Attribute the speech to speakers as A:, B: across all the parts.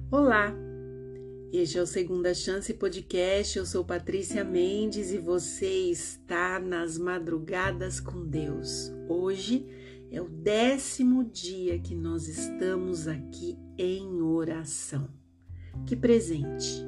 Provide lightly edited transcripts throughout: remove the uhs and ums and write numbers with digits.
A: Olá, este é o Segunda Chance Podcast, eu sou Patrícia Mendes e você está nas Madrugadas com Deus. Hoje é o 10º dia que nós estamos aqui em oração. Que presente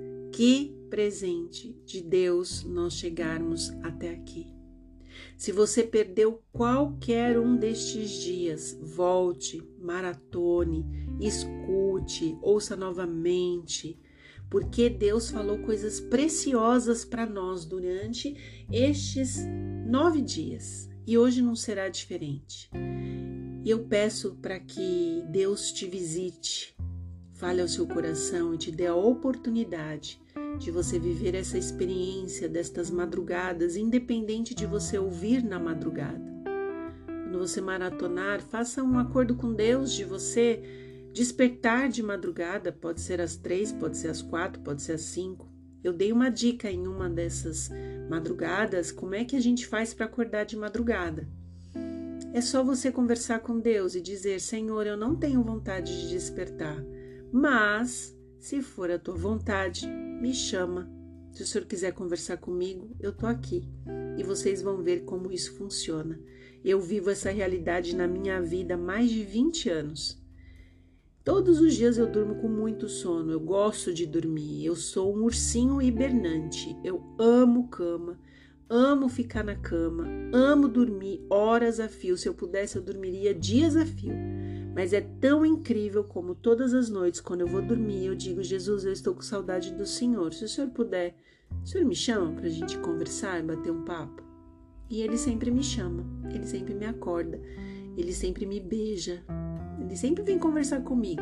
A: de Deus nós chegarmos até aqui. Se você perdeu qualquer um destes dias, volte, maratone, escute, ouça novamente, porque Deus falou coisas preciosas para nós durante estes 9 dias e hoje não será diferente. E eu peço para que Deus te visite, fale ao seu coração e te dê a oportunidade de você viver essa experiência destas madrugadas, independente de você ouvir na madrugada. Quando você maratonar, faça um acordo com Deus de você despertar de madrugada, pode ser às 3, pode ser às 4, pode ser às 5. Eu dei uma dica em uma dessas madrugadas, como é que a gente faz para acordar de madrugada. É só você conversar com Deus e dizer: Senhor, eu não tenho vontade de despertar, mas se for a tua vontade, me chama. Se o Senhor quiser conversar comigo, eu tô aqui. E vocês vão ver como isso funciona. Eu vivo essa realidade na minha vida há mais de 20 anos. Todos os dias eu durmo com muito sono, eu gosto de dormir, eu sou um ursinho hibernante, eu amo cama, amo ficar na cama, amo dormir horas a fio. Se eu pudesse, eu dormiria dias a fio. Mas é tão incrível como todas as noites, quando eu vou dormir, eu digo: Jesus, eu estou com saudade do Senhor. Se o Senhor puder, o Senhor me chama para a gente conversar e bater um papo? E Ele sempre me chama, Ele sempre me acorda, Ele sempre me beija, Ele sempre vem conversar comigo.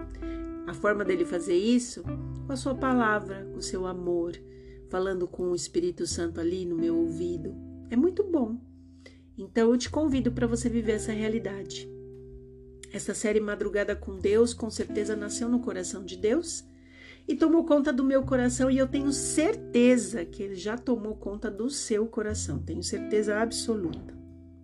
A: A forma dele fazer isso, com a sua palavra, com o seu amor, falando com o Espírito Santo ali no meu ouvido. É muito bom. Então eu te convido para você viver essa realidade. Essa série Madrugada com Deus com certeza nasceu no coração de Deus e tomou conta do meu coração, e eu tenho certeza que Ele já tomou conta do seu coração, tenho certeza absoluta.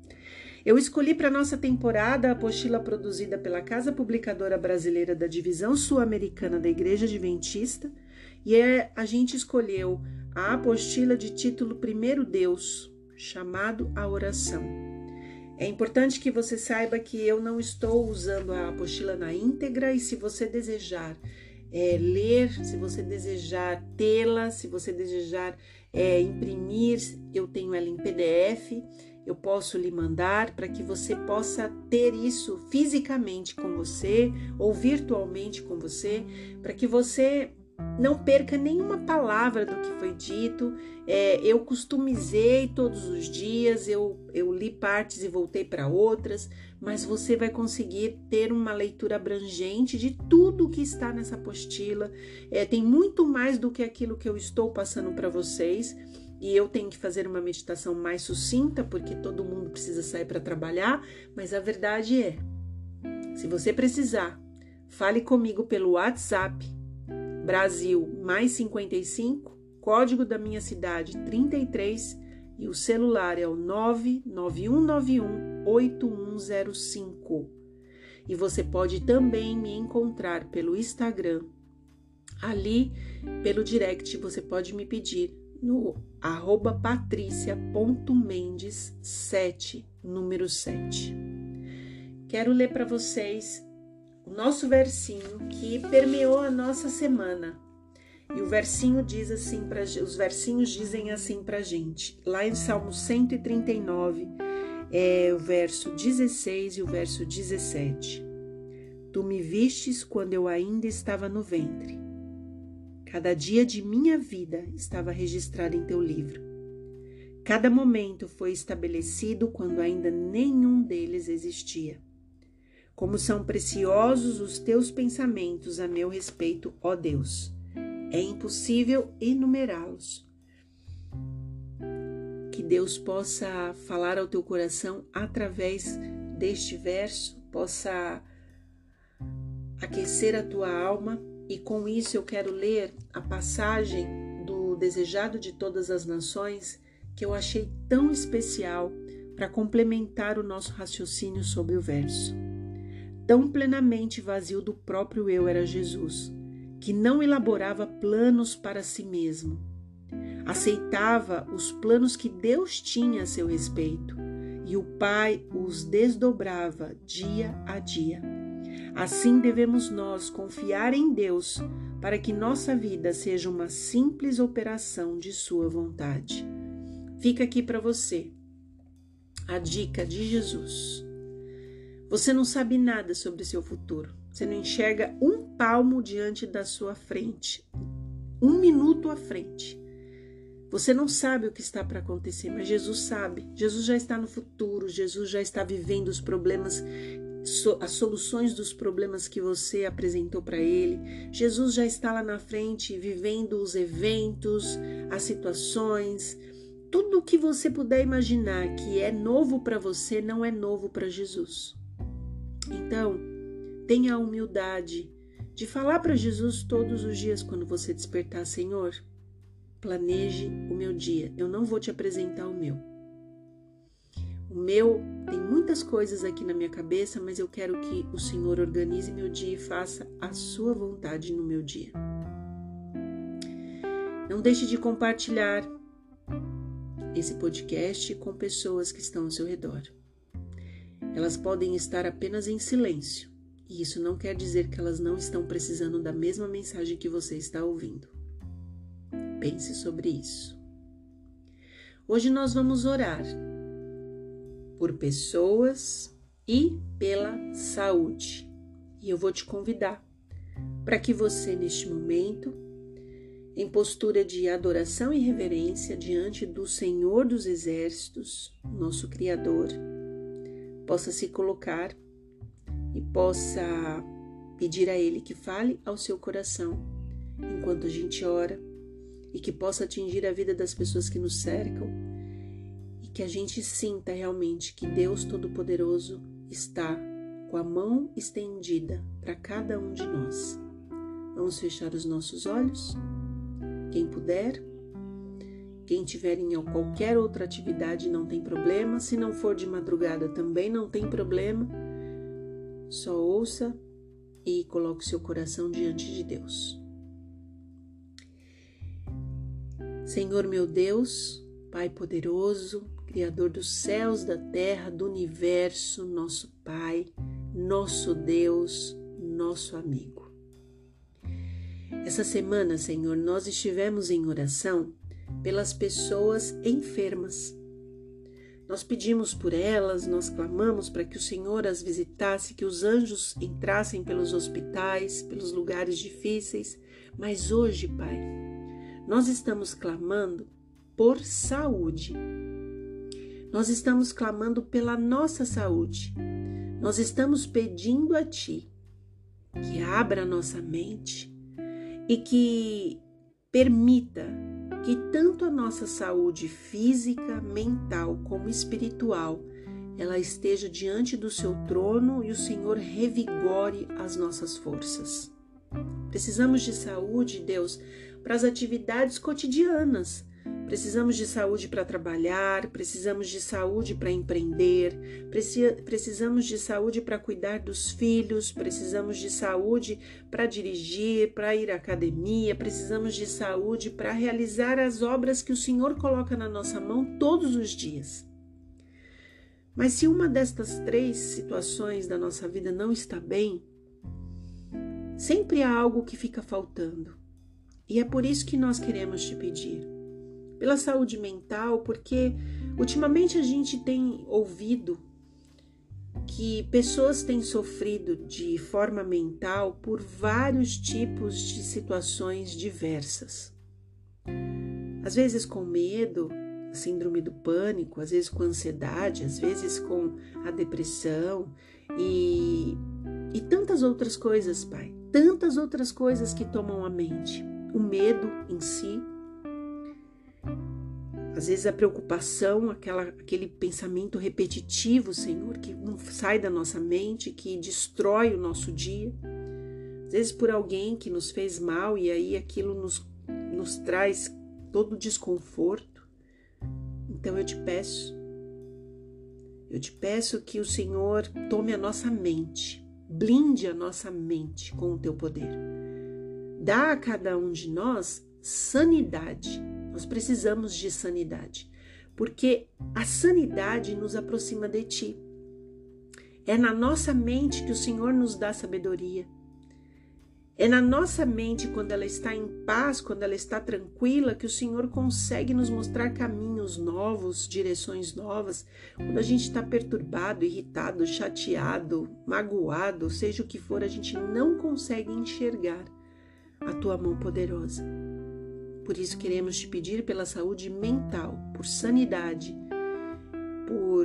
A: Eu escolhi para nossa temporada a apostila produzida pela Casa Publicadora Brasileira da Divisão Sul-Americana da Igreja Adventista, e a gente escolheu a apostila de título Primeiro Deus, chamado a oração. É importante que você saiba que eu não estou usando a apostila na íntegra, e se você desejar ler, se você desejar tê-la, se você desejar imprimir, eu tenho ela em PDF, eu posso lhe mandar para que você possa ter isso fisicamente com você ou virtualmente com você, para que você não perca nenhuma palavra do que foi dito. Eu customizei todos os dias, eu li partes e voltei para outras, mas você vai conseguir ter uma leitura abrangente de tudo que está nessa apostila. Tem muito mais do que aquilo que eu estou passando para vocês, e eu tenho que fazer uma meditação mais sucinta, porque todo mundo precisa sair para trabalhar, mas a verdade é, se você precisar, fale comigo pelo WhatsApp, Brasil mais 55, código da minha cidade 33, e o celular é o 991918105. E você pode também me encontrar pelo Instagram. Ali, pelo direct, você pode me pedir no @patricia.mendes7, número 7. Quero ler para vocês o nosso versinho que permeou a nossa semana. E o versinho diz assim, os versinhos dizem assim pra gente. Lá em Salmo 139, o verso 16 e o verso 17. Tu me vistes quando eu ainda estava no ventre. Cada dia de minha vida estava registrado em teu livro. Cada momento foi estabelecido quando ainda nenhum deles existia. Como são preciosos os teus pensamentos a meu respeito, ó Deus. É impossível enumerá-los. Que Deus possa falar ao teu coração através deste verso, possa aquecer a tua alma, e com isso eu quero ler a passagem do Desejado de Todas as Nações, que eu achei tão especial para complementar o nosso raciocínio sobre o verso. Tão plenamente vazio do próprio eu era Jesus, que não elaborava planos para si mesmo. Aceitava os planos que Deus tinha a seu respeito e o Pai os desdobrava dia a dia. Assim devemos nós confiar em Deus para que nossa vida seja uma simples operação de sua vontade. Fica aqui para você a dica de Jesus. Você não sabe nada sobre seu futuro. Você não enxerga um palmo diante da sua frente, 1 minuto à frente. Você não sabe o que está para acontecer, mas Jesus sabe. Jesus já está no futuro, Jesus já está vivendo os problemas, as soluções dos problemas que você apresentou para Ele. Jesus já está lá na frente, vivendo os eventos, as situações. Tudo o que você puder imaginar que é novo para você, não é novo para Jesus. Então, tenha a humildade de falar para Jesus todos os dias quando você despertar: Senhor, planeje o meu dia. Eu não vou te apresentar o meu. O meu tem muitas coisas aqui na minha cabeça, mas eu quero que o Senhor organize meu dia e faça a sua vontade no meu dia. Não deixe de compartilhar esse podcast com pessoas que estão ao seu redor. Elas podem estar apenas em silêncio, e isso não quer dizer que elas não estão precisando da mesma mensagem que você está ouvindo. Pense sobre isso. Hoje nós vamos orar por pessoas e pela saúde. E eu vou te convidar para que você, neste momento, em postura de adoração e reverência diante do Senhor dos Exércitos, nosso Criador, possa se colocar e possa pedir a Ele que fale ao seu coração enquanto a gente ora e que possa atingir a vida das pessoas que nos cercam e que a gente sinta realmente que Deus Todo-Poderoso está com a mão estendida para cada um de nós. Vamos fechar os nossos olhos? Quem puder, quem tiver em qualquer outra atividade não tem problema, se não for de madrugada também não tem problema, só ouça e coloque seu coração diante de Deus. Senhor meu Deus, Pai poderoso, Criador dos céus, da terra, do universo, nosso Pai, nosso Deus, nosso amigo. Essa semana, Senhor, nós estivemos em oração pelas pessoas enfermas. Nós pedimos por elas, nós clamamos para que o Senhor as visitasse, que os anjos entrassem pelos hospitais, pelos lugares difíceis. Mas hoje, Pai, nós estamos clamando por saúde. Nós estamos clamando pela nossa saúde. Nós estamos pedindo a Ti que abra a nossa mente e que permita que tanto a nossa saúde física, mental como espiritual, ela esteja diante do Seu trono e o Senhor revigore as nossas forças. Precisamos de saúde, Deus, para as atividades cotidianas. Precisamos de saúde para trabalhar, precisamos de saúde para empreender, precisamos de saúde para cuidar dos filhos, precisamos de saúde para dirigir, para ir à academia, precisamos de saúde para realizar as obras que o Senhor coloca na nossa mão todos os dias. Mas se uma destas 3 situações da nossa vida não está bem, sempre há algo que fica faltando. E é por isso que nós queremos te pedir. Pela saúde mental, porque ultimamente a gente tem ouvido que pessoas têm sofrido de forma mental por vários tipos de situações diversas. Às vezes com medo, síndrome do pânico, às vezes com ansiedade, às vezes com a depressão e tantas outras coisas, Pai. Tantas outras coisas que tomam a mente. O medo em si. Às vezes a preocupação, aquele pensamento repetitivo, Senhor, que não sai da nossa mente, que destrói o nosso dia. Às vezes por alguém que nos fez mal e aí aquilo nos traz todo o desconforto. Então eu te peço que o Senhor tome a nossa mente, blinde a nossa mente com o teu poder. dá a cada um de nós sanidade. Nós precisamos de sanidade, porque a sanidade nos aproxima de Ti. É na nossa mente que o Senhor nos dá sabedoria. É na nossa mente, quando ela está em paz, quando ela está tranquila, que o Senhor consegue nos mostrar caminhos novos, direções novas. Quando a gente está perturbado, irritado, chateado, magoado, seja o que for, a gente não consegue enxergar a Tua mão poderosa. Por isso queremos te pedir pela saúde mental, por sanidade, por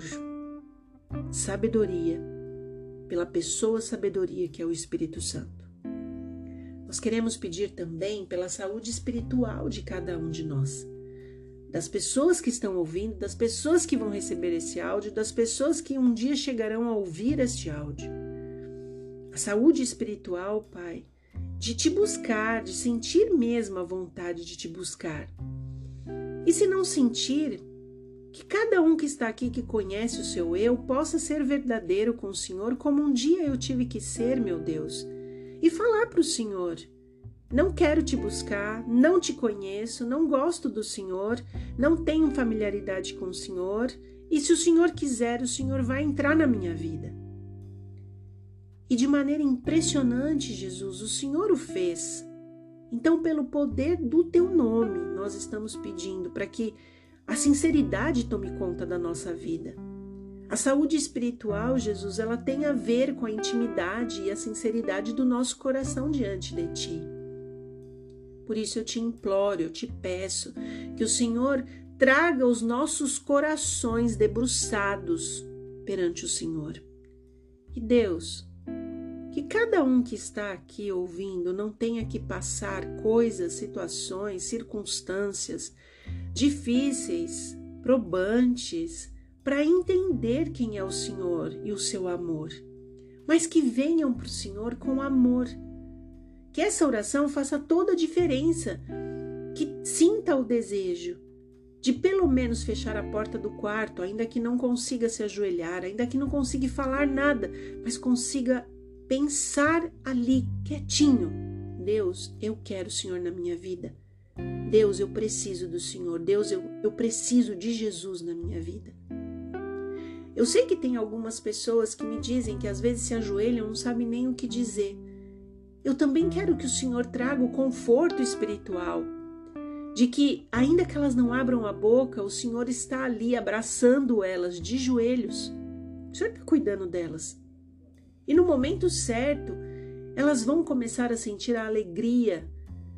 A: sabedoria, pela pessoa sabedoria que é o Espírito Santo. Nós queremos pedir também pela saúde espiritual de cada um de nós, das pessoas que estão ouvindo, das pessoas que vão receber esse áudio, das pessoas que um dia chegarão a ouvir este áudio. A saúde espiritual, Pai, de Te buscar, de sentir mesmo a vontade de Te buscar. E se não sentir, que cada um que está aqui que conhece o seu eu possa ser verdadeiro com o Senhor, como um dia eu tive que ser, meu Deus. E falar para o Senhor: não quero Te buscar, não Te conheço, não gosto do Senhor, não tenho familiaridade com o Senhor, e se o Senhor quiser, o Senhor vai entrar na minha vida. E de maneira impressionante, Jesus, o Senhor o fez. Então, pelo poder do Teu nome, nós estamos pedindo para que a sinceridade tome conta da nossa vida. A saúde espiritual, Jesus, ela tem a ver com a intimidade e a sinceridade do nosso coração diante de Ti. Por isso eu Te imploro, eu Te peço que o Senhor traga os nossos corações debruçados perante o Senhor. E Deus, que cada um que está aqui ouvindo não tenha que passar coisas, situações, circunstâncias difíceis, probantes, para entender quem é o Senhor e o seu amor, mas que venham para o Senhor com amor. Que essa oração faça toda a diferença, que sinta o desejo de pelo menos fechar a porta do quarto, ainda que não consiga se ajoelhar, ainda que não consiga falar nada, mas consiga pensar ali, quietinho: Deus, eu quero o Senhor na minha vida. Deus, eu preciso do Senhor. Deus, eu preciso de Jesus na minha vida. Eu sei que tem algumas pessoas que me dizem que às vezes se ajoelham, não sabem nem o que dizer. Eu também quero que o Senhor traga o conforto espiritual, de que ainda que elas não abram a boca, o Senhor está ali abraçando elas de joelhos. O Senhor está cuidando delas. E no momento certo, elas vão começar a sentir a alegria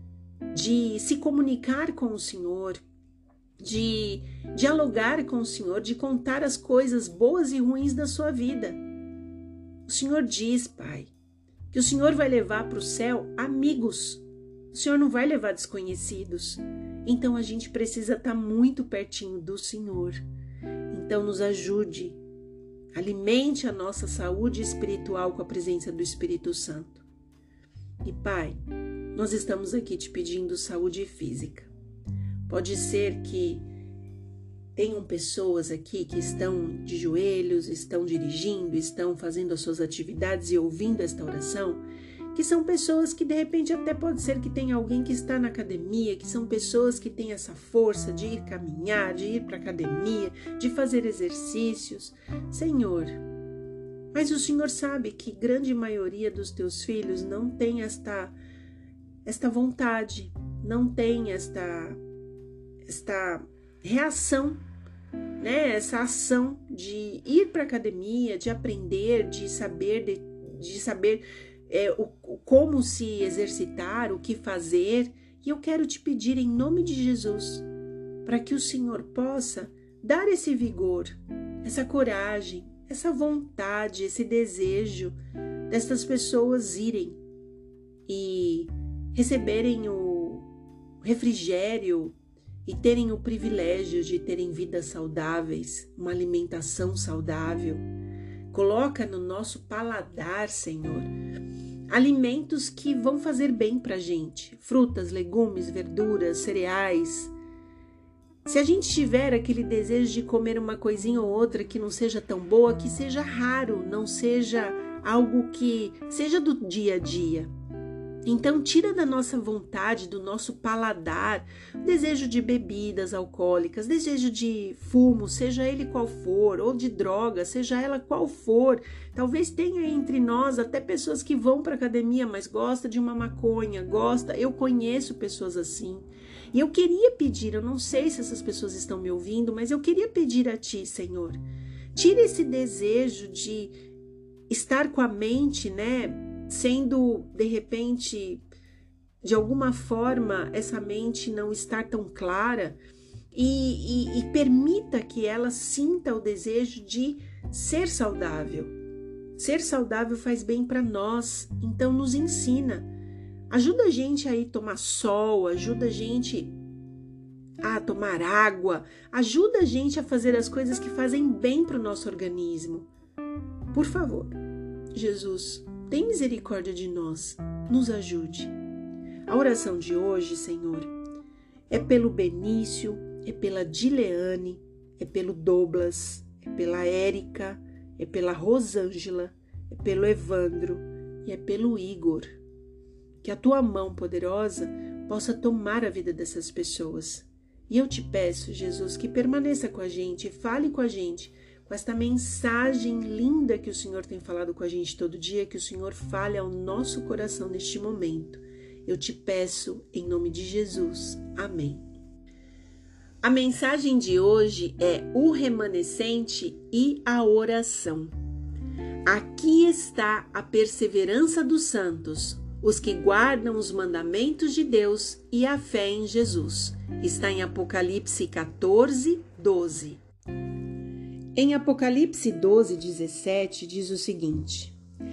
A: de se comunicar com o Senhor, de dialogar com o Senhor, de contar as coisas boas e ruins da sua vida. O Senhor diz, Pai, que o Senhor vai levar para o céu amigos. O Senhor não vai levar desconhecidos. Então a gente precisa estar muito pertinho do Senhor. Então nos ajude, alimente a nossa saúde espiritual com a presença do Espírito Santo. E Pai, nós estamos aqui te pedindo saúde física. Pode ser que tenham pessoas aqui que estão de joelhos, estão dirigindo, estão fazendo as suas atividades e ouvindo esta oração, que são pessoas que de repente até pode ser que tenha alguém que está na academia, que são pessoas que têm essa força de ir caminhar, de ir para a academia, de fazer exercícios. Senhor, mas o Senhor sabe que grande maioria dos teus filhos não tem esta vontade, não tem esta reação, né? Essa ação de ir para a academia, de aprender, de saber como se exercitar, o que fazer. E eu quero te pedir em nome de Jesus, para que o Senhor possa dar esse vigor, essa coragem, essa vontade, esse desejo dessas pessoas irem e receberem o refrigério e terem o privilégio de terem vidas saudáveis, uma alimentação saudável. Coloca no nosso paladar, Senhor, alimentos que vão fazer bem para a gente, frutas, legumes, verduras, cereais. Se a gente tiver aquele desejo de comer uma coisinha ou outra que não seja tão boa, que seja raro, não seja algo que seja do dia a dia. Então, tira da nossa vontade, do nosso paladar, desejo de bebidas alcoólicas, desejo de fumo, seja ele qual for, ou de droga, seja ela qual for. Talvez tenha entre nós até pessoas que vão para a academia, mas gosta de uma maconha, eu conheço pessoas assim. E eu queria pedir, eu não sei se essas pessoas estão me ouvindo, mas eu queria pedir a Ti, Senhor, tira esse desejo de estar com a mente, sendo, de repente, de alguma forma, essa mente não estar tão clara e permita que ela sinta o desejo de ser saudável. Ser saudável faz bem para nós, então nos ensina. Ajuda a gente a ir tomar sol, ajuda a gente a tomar água, ajuda a gente a fazer as coisas que fazem bem para o nosso organismo. Por favor, Jesus, tem misericórdia de nós, nos ajude. A oração de hoje, Senhor, é pelo Benício, é pela Dileane, é pelo Douglas, é pela Érica, é pela Rosângela, é pelo Evandro e é pelo Igor. Que a Tua mão poderosa possa tomar a vida dessas pessoas. E eu te peço, Jesus, que permaneça com a gente, fale com a gente, com esta mensagem linda que o Senhor tem falado com a gente todo dia, que o Senhor fale ao nosso coração neste momento. Eu te peço em nome de Jesus. Amém. A mensagem de hoje é o remanescente e a oração. Aqui está a perseverança dos santos, os que guardam os mandamentos de Deus e a fé em Jesus. Está em Apocalipse 14, 12. Em Apocalipse 12, 17, diz o seguinte: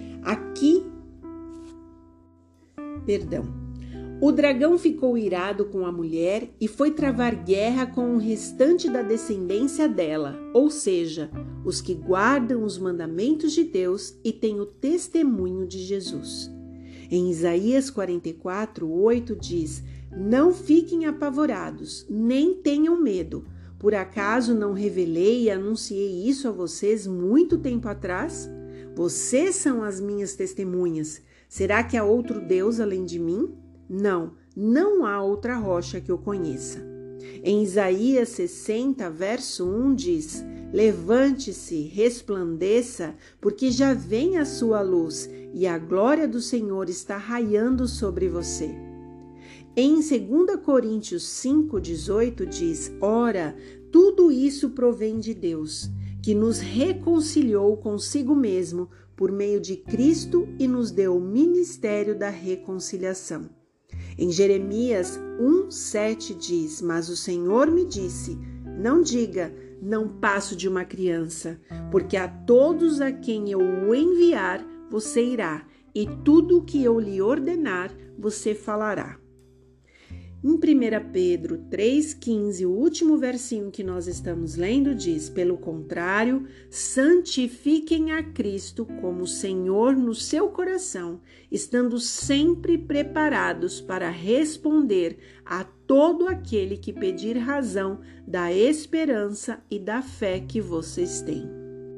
A: O dragão ficou irado com a mulher e foi travar guerra com o restante da descendência dela, ou seja, os que guardam os mandamentos de Deus e têm o testemunho de Jesus. Em Isaías 44, 8 diz: Não fiquem apavorados, nem tenham medo. Por acaso não revelei e anunciei isso a vocês muito tempo atrás? Vocês são as minhas testemunhas. Será que há outro Deus além de mim? Não, não há outra rocha que eu conheça. Em Isaías 60, verso 1 diz: Levante-se, resplandeça, porque já vem a sua luz e a glória do Senhor está raiando sobre você. Em 2 Coríntios 5,18 diz: Ora, tudo isso provém de Deus, que nos reconciliou consigo mesmo por meio de Cristo e nos deu o ministério da reconciliação. Em Jeremias 1,7 diz: Mas o Senhor me disse, não diga, não passo de uma criança, porque a todos a quem eu o enviar, você irá, e tudo o que eu lhe ordenar, você falará. Em 1 Pedro 3,15, o último versinho que nós estamos lendo diz: Pelo contrário, santifiquem a Cristo como Senhor no seu coração, estando sempre preparados para responder a todo aquele que pedir razão da esperança e da fé que vocês têm.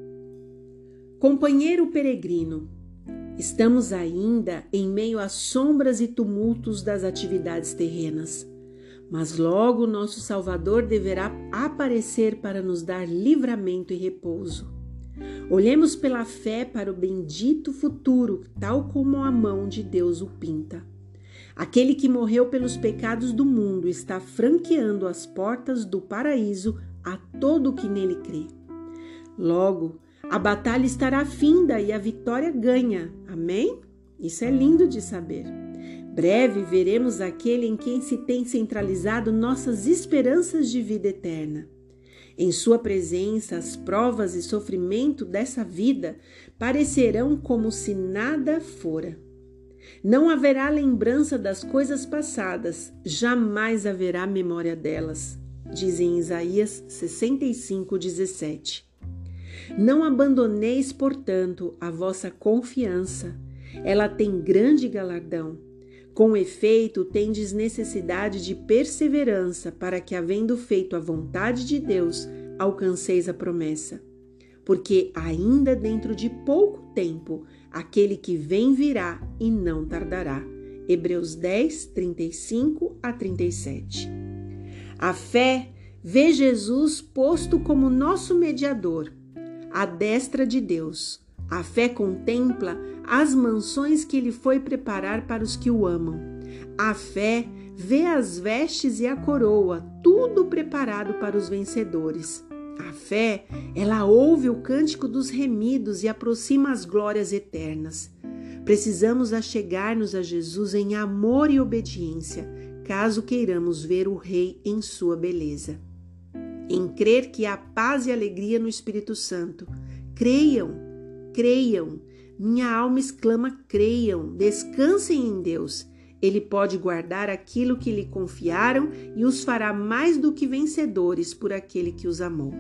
A: Companheiro peregrino, estamos ainda em meio às sombras e tumultos das atividades terrenas, mas logo nosso Salvador deverá aparecer para nos dar livramento e repouso. Olhemos pela fé para o bendito futuro, tal como a mão de Deus o pinta. Aquele que morreu pelos pecados do mundo está franqueando as portas do paraíso a todo o que nele crê. Logo, a batalha estará finda e a vitória ganha. Amém? Isso é lindo de saber. Breve veremos aquele em quem se tem centralizado nossas esperanças de vida eterna. Em sua presença, as provas e sofrimento dessa vida parecerão como se nada fora. Não haverá lembrança das coisas passadas, jamais haverá memória delas, diz em Isaías 65:17. Não abandoneis, portanto, a vossa confiança. Ela tem grande galardão. Com efeito, tendes necessidade de perseverança para que, havendo feito a vontade de Deus, alcanceis a promessa. Porque ainda dentro de pouco tempo, aquele que vem virá e não tardará. Hebreus 10, 35 a 37. A fé vê Jesus posto como nosso mediador, à destra de Deus. A fé contempla as mansões que ele foi preparar para os que o amam. A fé vê as vestes e a coroa, tudo preparado para os vencedores. A fé, ela ouve o cântico dos remidos e aproxima as glórias eternas. Precisamos achegar-nos a Jesus em amor e obediência, caso queiramos ver o Rei em sua beleza. Em crer que há paz e alegria no Espírito Santo. Creiam, creiam. Minha alma exclama, creiam, descansem em Deus. Ele pode guardar aquilo que lhe confiaram e os fará mais do que vencedores por aquele que os amou.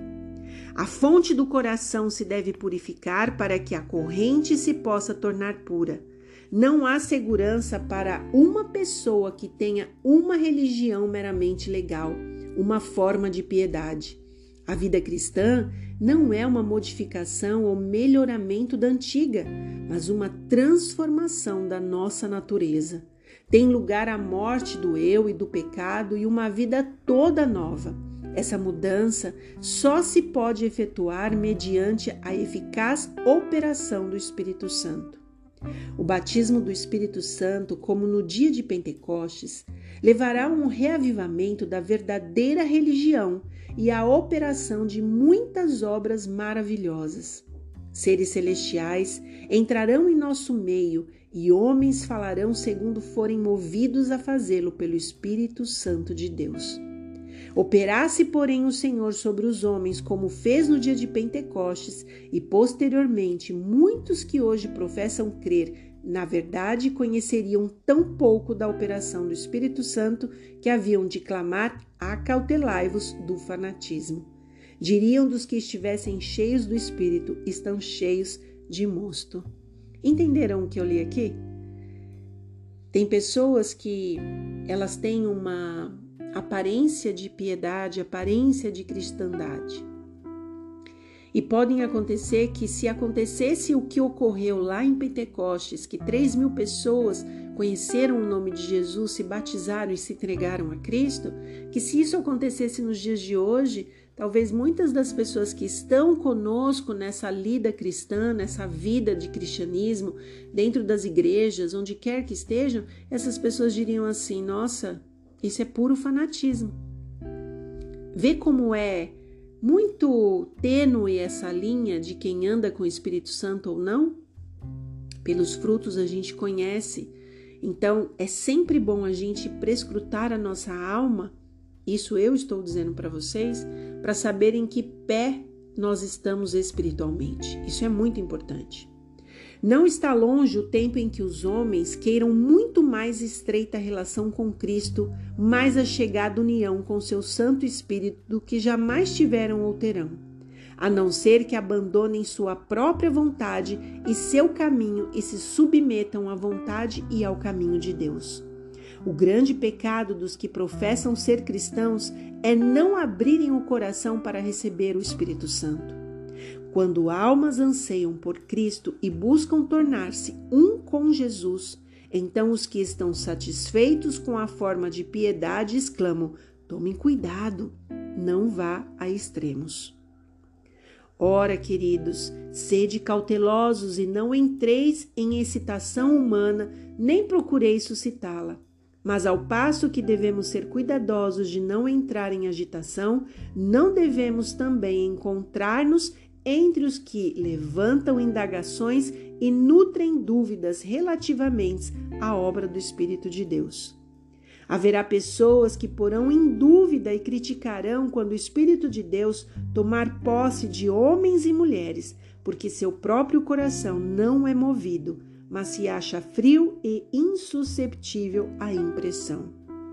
A: A fonte do coração se deve purificar para que a corrente se possa tornar pura. Não há segurança para uma pessoa que tenha uma religião meramente legal, uma forma de piedade. A vida cristã não é uma modificação ou melhoramento da antiga, mas uma transformação da nossa natureza. Tem lugar a morte do eu e do pecado e uma vida toda nova. Essa mudança só se pode efetuar mediante a eficaz operação do Espírito Santo. O batismo do Espírito Santo, como no dia de Pentecostes, levará a um reavivamento da verdadeira religião e à operação de muitas obras maravilhosas. Seres celestiais entrarão em nosso meio e homens falarão segundo forem movidos a fazê-lo pelo Espírito Santo de Deus. Operasse, porém, o Senhor sobre os homens, como fez no dia de Pentecostes, e posteriormente muitos que hoje professam crer, na verdade, conheceriam tão pouco da operação do Espírito Santo que haviam de clamar: acautelai-vos do fanatismo. Diriam dos que estivessem cheios do Espírito: estão cheios de mosto. Entenderam o que eu li aqui? Tem pessoas que elas têm uma aparência de piedade, aparência de cristandade. E podem acontecer que, se acontecesse o que ocorreu lá em Pentecostes, que 3.000 pessoas conheceram o nome de Jesus, se batizaram e se entregaram a Cristo, que se isso acontecesse nos dias de hoje, talvez muitas das pessoas que estão conosco nessa lida cristã, nessa vida de cristianismo, dentro das igrejas, onde quer que estejam, essas pessoas diriam assim: nossa, isso é puro fanatismo. Vê como é muito tênue essa linha de quem anda com o Espírito Santo ou não? Pelos frutos a gente conhece. Então, é sempre bom a gente prescrutar a nossa alma, isso eu estou dizendo para vocês, para saber em que pé nós estamos espiritualmente. Isso é muito importante. Não está longe o tempo em que os homens queiram muito mais estreita relação com Cristo, mais a chegada união com seu Santo Espírito do que jamais tiveram ou terão, a não ser que abandonem sua própria vontade e seu caminho e se submetam à vontade e ao caminho de Deus. O grande pecado dos que professam ser cristãos é não abrirem o coração para receber o Espírito Santo. Quando almas anseiam por Cristo e buscam tornar-se um com Jesus, então os que estão satisfeitos com a forma de piedade exclamam: tomem cuidado, não vá a extremos. Ora, queridos, sede cautelosos e não entreis em excitação humana, nem procureis suscitá-la. Mas ao passo que devemos ser cuidadosos de não entrar em agitação, não devemos também encontrar-nos entre os que levantam indagações e nutrem dúvidas relativamente à obra do Espírito de Deus. Haverá pessoas que porão em dúvida e criticarão quando o Espírito de Deus tomar posse de homens e mulheres, porque seu próprio coração não é movido, mas se acha frio e insusceptível à impressão.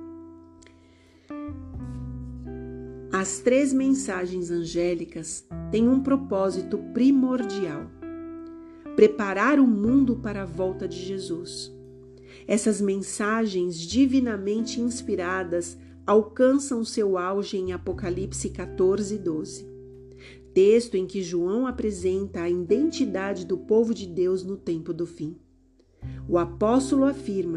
A: As 3 mensagens angélicas têm um propósito primordial: preparar o mundo para a volta de Jesus. Essas mensagens divinamente inspiradas alcançam seu auge em Apocalipse 14:12, texto em que João apresenta a identidade do povo de Deus no tempo do fim. O apóstolo afirma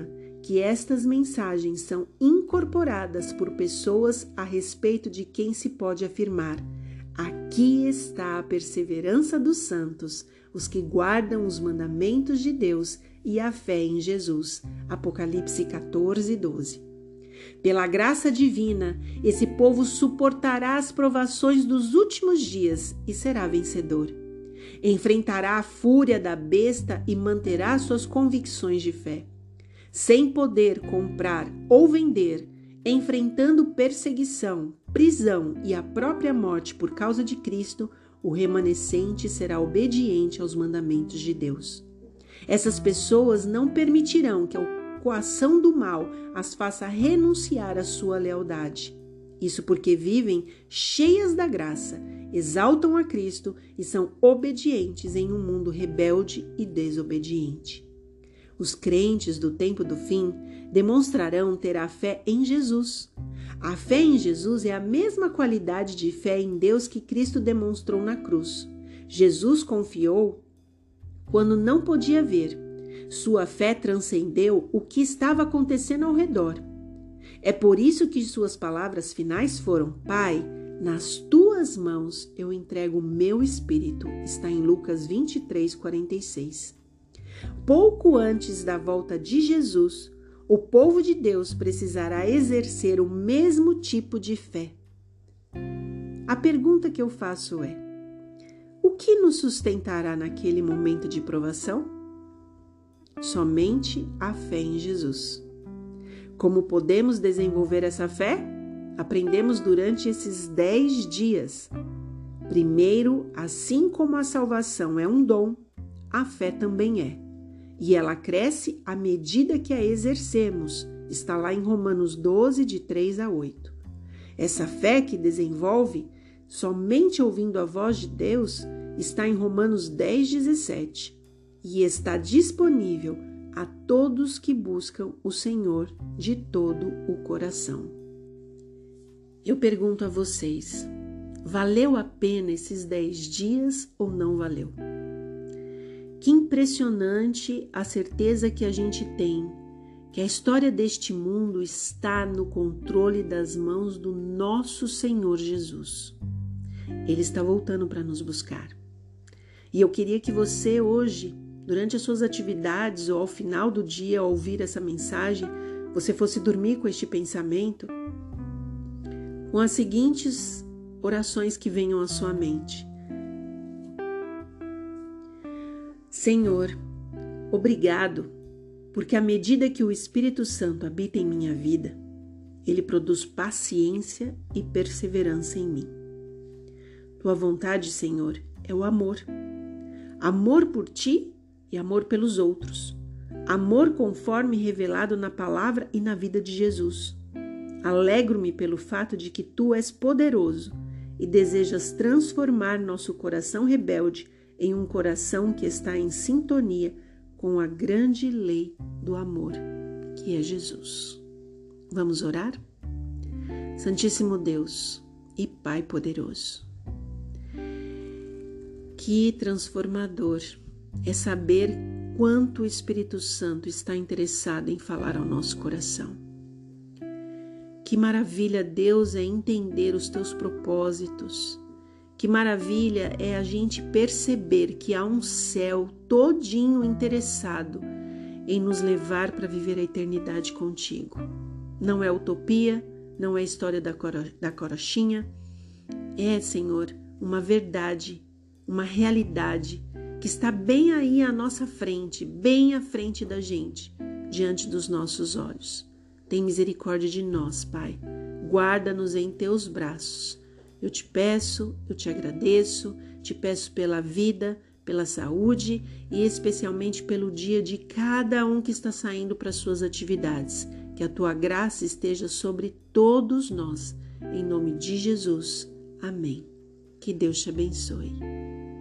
A: que estas mensagens são incorporadas por pessoas a respeito de quem se pode afirmar: aqui está a perseverança dos santos, os que guardam os mandamentos de Deus e a fé em Jesus. Apocalipse 14, 12. Pela graça divina, esse povo suportará as provações dos últimos dias e será vencedor. Enfrentará a fúria da besta e manterá suas convicções de fé. Sem poder comprar ou vender, enfrentando perseguição, prisão e a própria morte por causa de Cristo, o remanescente será obediente aos mandamentos de Deus. Essas pessoas não permitirão que a coação do mal as faça renunciar à sua lealdade. Isso porque vivem cheias da graça, exaltam a Cristo e são obedientes em um mundo rebelde e desobediente. Os crentes do tempo do fim demonstrarão ter a fé em Jesus. A fé em Jesus é a mesma qualidade de fé em Deus que Cristo demonstrou na cruz. Jesus confiou quando não podia ver. Sua fé transcendeu o que estava acontecendo ao redor. É por isso que suas palavras finais foram: Pai, nas tuas mãos eu entrego o meu espírito. Está em Lucas 23, 46. Pouco antes da volta de Jesus, o povo de Deus precisará exercer o mesmo tipo de fé. A pergunta que eu faço é: o que nos sustentará naquele momento de provação? Somente a fé em Jesus. Como podemos desenvolver essa fé? Aprendemos durante esses 10 dias. Primeiro, assim como a salvação é um dom, a fé também é. E ela cresce à medida que a exercemos. Está lá em Romanos 12, de 3 a 8. Essa fé que desenvolve somente ouvindo a voz de Deus está em Romanos 10, 17. E está disponível a todos que buscam o Senhor de todo o coração. Eu pergunto a vocês, valeu a pena esses 10 dias ou não valeu? Que impressionante a certeza que a gente tem que a história deste mundo está no controle das mãos do nosso Senhor Jesus. Ele está voltando para nos buscar. E eu queria que você hoje, durante as suas atividades ou ao final do dia, ao ouvir essa mensagem, você fosse dormir com este pensamento, com as seguintes orações que venham à sua mente. Senhor, obrigado, porque à medida que o Espírito Santo habita em minha vida, ele produz paciência e perseverança em mim. Tua vontade, Senhor, é o amor. Amor por ti e amor pelos outros. Amor conforme revelado na palavra e na vida de Jesus. Alegro-me pelo fato de que tu és poderoso e desejas transformar nosso coração rebelde em um coração que está em sintonia com a grande lei do amor, que é Jesus. Vamos orar? Santíssimo Deus e Pai poderoso, que transformador é saber quanto o Espírito Santo está interessado em falar ao nosso coração. Que maravilha, Deus, é entender os teus propósitos. Que maravilha é a gente perceber que há um céu todinho interessado em nos levar para viver a eternidade contigo. Não é utopia, não é história da carochinha. É, Senhor, uma verdade, uma realidade que está bem aí à nossa frente, bem à frente da gente, diante dos nossos olhos. Tem misericórdia de nós, Pai. Guarda-nos em teus braços. Eu te peço, eu te agradeço, te peço pela vida, pela saúde e especialmente pelo dia de cada um que está saindo para suas atividades. Que a tua graça esteja sobre todos nós. Em nome de Jesus. Amém. Que Deus te abençoe.